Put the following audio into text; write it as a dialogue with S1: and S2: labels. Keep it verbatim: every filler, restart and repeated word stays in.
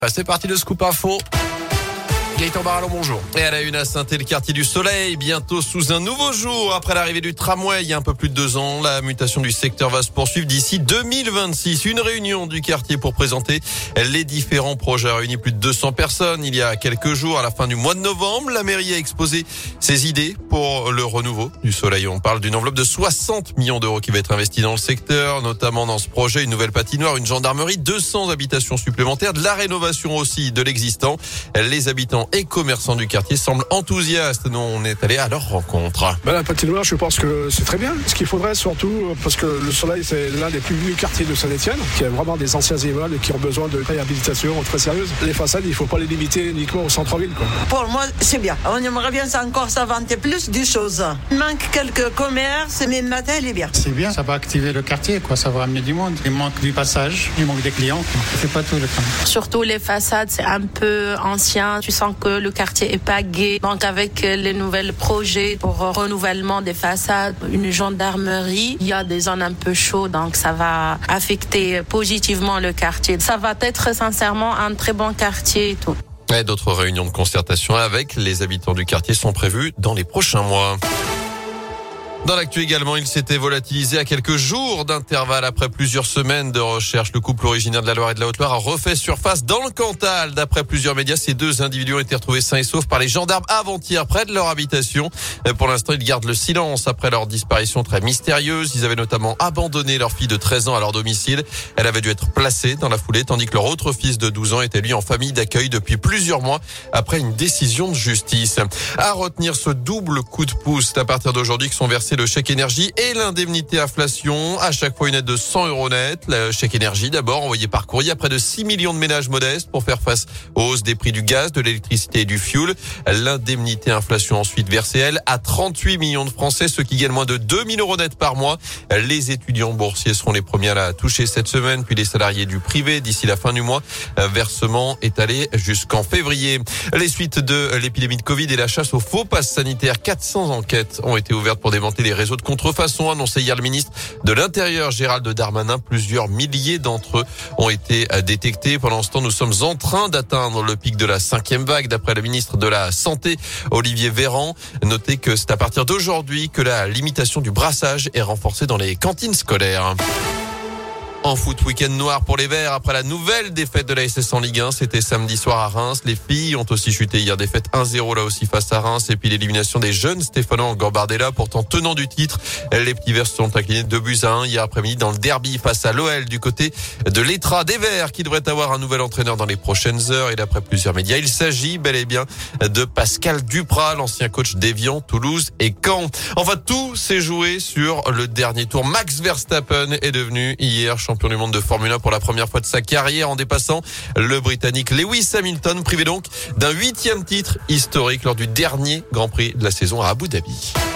S1: C'est parti de Scoop Info. Gaëtan Barallon, bonjour. Et à la une à Saint-Étienne, le quartier du Soleil, bientôt sous un nouveau jour. Après l'arrivée du tramway il y a un peu plus de deux ans, la mutation du secteur va se poursuivre d'ici deux mille vingt-six. Une réunion du quartier pour présenter les différents projets a réuni plus de deux cents personnes. Il y a quelques jours, à la fin du mois de novembre, la mairie a exposé ses idées pour le renouveau du Soleil. On parle d'une enveloppe de soixante millions d'euros qui va être investie dans le secteur, notamment dans ce projet, une nouvelle patinoire, une gendarmerie, deux cents habitations supplémentaires, de la rénovation aussi de l'existant. Les habitants et commerçants du quartier semblent enthousiastes. Nous, on est allé à leur rencontre.
S2: Ben, la patinoire, je pense que c'est très bien. Ce qu'il faudrait surtout, parce que le Soleil, c'est l'un des plus vieux quartiers de Saint-Étienne, qui a vraiment des anciens immeubles qui ont besoin de réhabilitation très sérieuse. Les façades, il ne faut pas les limiter uniquement au centre-ville, quoi.
S3: Pour moi, c'est bien. On aimerait bien encore s'inventer plus des choses. Il manque quelques commerces, mais le matin, il est bien.
S4: C'est bien, ça va activer le quartier, quoi. Ça va amener du monde. Il manque du passage, il manque des clients. C'est pas tout le temps.
S5: Surtout les façades, c'est un peu ancien. Tu sens que le quartier est pas gai. Donc avec les nouvelles projets pour renouvellement des façades, une gendarmerie, il y a des zones un peu chaudes, donc ça va affecter positivement le quartier. Ça va être sincèrement un très bon quartier et tout.
S1: Et d'autres réunions de concertation avec les habitants du quartier sont prévues dans les prochains mois. Dans l'actu également, il s'était volatilisé à quelques jours d'intervalle après plusieurs semaines de recherche. Le couple originaire de la Loire et de la Haute-Loire a refait surface dans le Cantal. D'après plusieurs médias, ces deux individus ont été retrouvés sains et saufs par les gendarmes avant-hier près de leur habitation. Pour l'instant, ils gardent le silence après leur disparition très mystérieuse. Ils avaient notamment abandonné leur fille de treize ans à leur domicile. Elle avait dû être placée dans la foulée, tandis que leur autre fils de douze ans était lui en famille d'accueil depuis plusieurs mois après une décision de justice. À retenir ce double coup de pouce, c'est à partir d'aujourd'hui que sont versés le chèque énergie et l'indemnité inflation. À chaque fois une aide de cent euros net. Le chèque énergie d'abord envoyé par courrier à près de six millions de ménages modestes pour faire face aux hausses des prix du gaz, de l'électricité et du fioul. L'indemnité inflation ensuite versée, elle, à trente-huit millions de Français, ceux qui gagnent moins de deux mille euros net par mois. Les étudiants boursiers seront les premiers à la toucher cette semaine, puis les salariés du privé d'ici la fin du mois. Versement étalé jusqu'en février. Les suites de l'épidémie de Covid et la chasse aux faux passes sanitaires. quatre cents enquêtes ont été ouvertes pour démanteler les réseaux de contrefaçon, annoncé hier le ministre de l'Intérieur Gérald Darmanin. Plusieurs milliers d'entre eux ont été détectés. Pendant ce temps, nous sommes en train d'atteindre le pic de la cinquième vague, d'après le ministre de la Santé, Olivier Véran. Notez que c'est à partir d'aujourd'hui que la limitation du brassage est renforcée dans les cantines scolaires. En foot, week-end noir pour les Verts après la nouvelle défaite de la S S en Ligue un. C'était samedi soir à Reims. Les filles ont aussi chuté hier, défaite un zéro là aussi face à Reims. Et puis l'élimination des jeunes Stéphanois en Gambardella, pourtant tenant du titre. Les petits Verts se sont inclinés deux buts à un hier après-midi dans le derby face à l'O L du côté de l'Etra des Verts, qui devrait avoir un nouvel entraîneur dans les prochaines heures. Et d'après plusieurs médias, il s'agit bel et bien de Pascal Duprat, l'ancien coach d'Évian, Toulouse et Caen. Enfin, tout s'est joué sur le dernier tour. Max Verstappen est devenu hier champion du monde de Formule un pour la première fois de sa carrière en dépassant le Britannique Lewis Hamilton, privé donc d'un huitième titre historique lors du dernier Grand Prix de la saison à Abu Dhabi.